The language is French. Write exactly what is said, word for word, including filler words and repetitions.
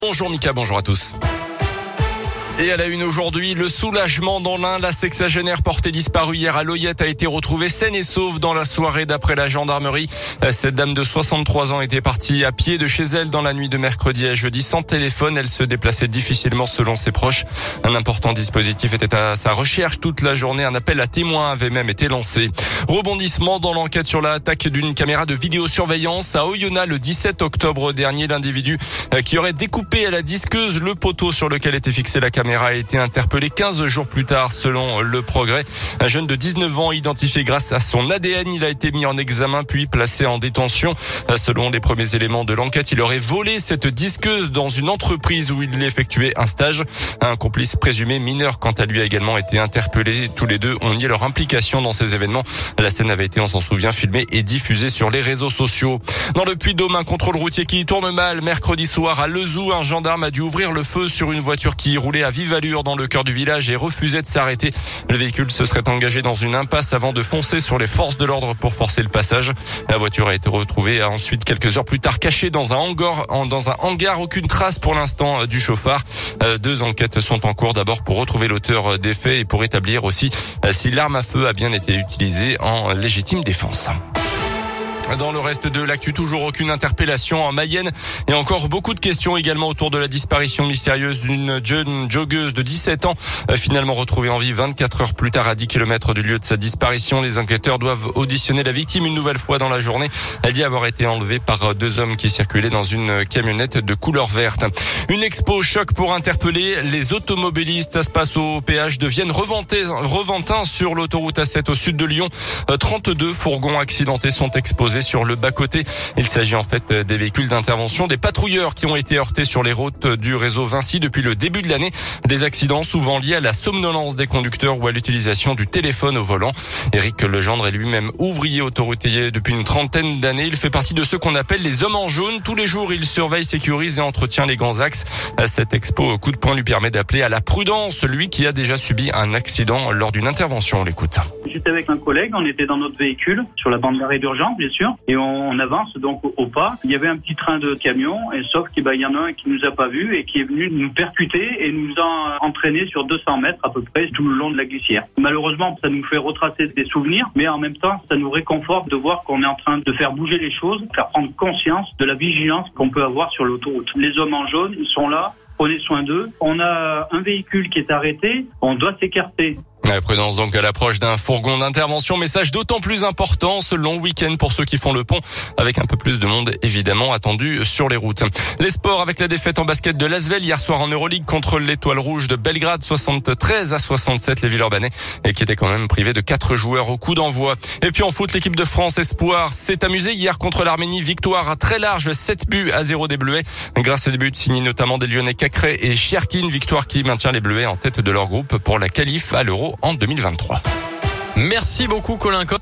Bonjour Mika, bonjour à tous. Et à la une aujourd'hui, le soulagement dans l'Ain. La sexagénaire portée disparue hier à Loyette a été retrouvée saine et sauve dans la soirée d'après la gendarmerie. Cette dame de soixante-trois ans était partie à pied de chez elle dans la nuit de mercredi à jeudi sans téléphone. Elle se déplaçait difficilement selon ses proches. Un important dispositif était à sa recherche toute la journée. Un appel à témoins avait même été lancé. Rebondissement dans l'enquête sur l'attaque d'une caméra de vidéosurveillance à Oyonnax le dix-sept octobre dernier. L'individu qui aurait découpé à la disqueuse le poteau sur lequel était fixée la caméra a été interpellé quinze jours plus tard selon Le Progrès. Un jeune de dix-neuf ans identifié grâce à son A D N. Il a été mis en examen puis placé en détention. Selon les premiers éléments de l'enquête, il aurait volé cette disqueuse dans une entreprise où il effectuait un stage. Un complice présumé mineur quant à lui a également été interpellé. Tous les deux ont nié leur implication dans ces événements. La scène avait été, on s'en souvient, filmée et diffusée sur les réseaux sociaux. Dans le Puy-de-Dôme, un contrôle routier qui tourne mal. Mercredi soir à Lezoux, un gendarme a dû ouvrir le feu sur une voiture qui roulait à vive allure dans le cœur du village et refusait de s'arrêter. Le véhicule se serait engagé dans une impasse avant de foncer sur les forces de l'ordre pour forcer le passage. La voiture a été retrouvée ensuite quelques heures plus tard cachée dans un hangar. Dans un hangar, aucune trace pour l'instant du chauffard. Deux enquêtes sont en cours, d'abord pour retrouver l'auteur des faits et pour établir aussi si l'arme à feu a bien été utilisée en légitime défense. Dans le reste de l'actu, toujours aucune interpellation en Mayenne et encore beaucoup de questions également autour de la disparition mystérieuse d'une jeune joggeuse de dix-sept ans, finalement retrouvée en vie vingt-quatre heures plus tard à dix kilomètres du lieu de sa disparition. Les enquêteurs doivent auditionner la victime une nouvelle fois dans la journée. Elle dit avoir été enlevée par deux hommes qui circulaient dans une camionnette de couleur verte. Une expo choc pour interpeller les automobilistes. Ça se passe au péage de Vienne Reventin sur l'autoroute A sept au sud de Lyon. trente-deux fourgons accidentés sont exposés sur le bas-côté. Il s'agit en fait des véhicules d'intervention, des patrouilleurs qui ont été heurtés sur les routes du réseau Vinci depuis le début de l'année. Des accidents souvent liés à la somnolence des conducteurs ou à l'utilisation du téléphone au volant. Éric Legendre est lui-même ouvrier autoroutier depuis une trentaine d'années. Il fait partie de ceux qu'on appelle les hommes en jaune. Tous les jours, il surveille, sécurise et entretient les grands axes. Cette expo coup de poing lui permet d'appeler à la prudence, lui qui a déjà subi un accident lors d'une intervention. On l'écoute. J'étais avec un collègue, on était dans notre véhicule sur la bande d'arrêt d'urgence, bien sûr, et on avance donc au pas. Il y avait un petit train de camion, et sauf qu'il bah, y en a un qui nous a pas vu et qui est venu nous percuter et nous a entraîné sur deux cents mètres à peu près tout le long de la glissière. Malheureusement, ça nous fait retracer des souvenirs, mais en même temps, ça nous réconforte de voir qu'on est en train de faire bouger les choses, faire prendre conscience de la vigilance qu'on peut avoir sur l'autoroute. Les hommes en jaune, ils sont là. Prenez soin d'eux. On a un véhicule qui est arrêté, on doit s'écarter. La prudence donc à l'approche d'un fourgon d'intervention. Message d'autant plus important ce long week-end pour ceux qui font le pont, avec un peu plus de monde évidemment attendu sur les routes. Les sports avec la défaite en basket de l'Asvel hier soir en Euroleague contre l'Étoile Rouge de Belgrade, soixante-treize à soixante-sept. Les Villeurbanais et qui étaient quand même privés de quatre joueurs au coup d'envoi. Et puis en foot, l'équipe de France Espoir s'est amusée hier contre l'Arménie. Victoire très large, sept buts à zéro des Bleuets. Grâce à des buts signés notamment des Lyonnais Cacré et Cherkin. Victoire qui maintient les Bleuets en tête de leur groupe pour la qualif à l'Euro en deux mille vingt-trois. Merci beaucoup Colin Cotte.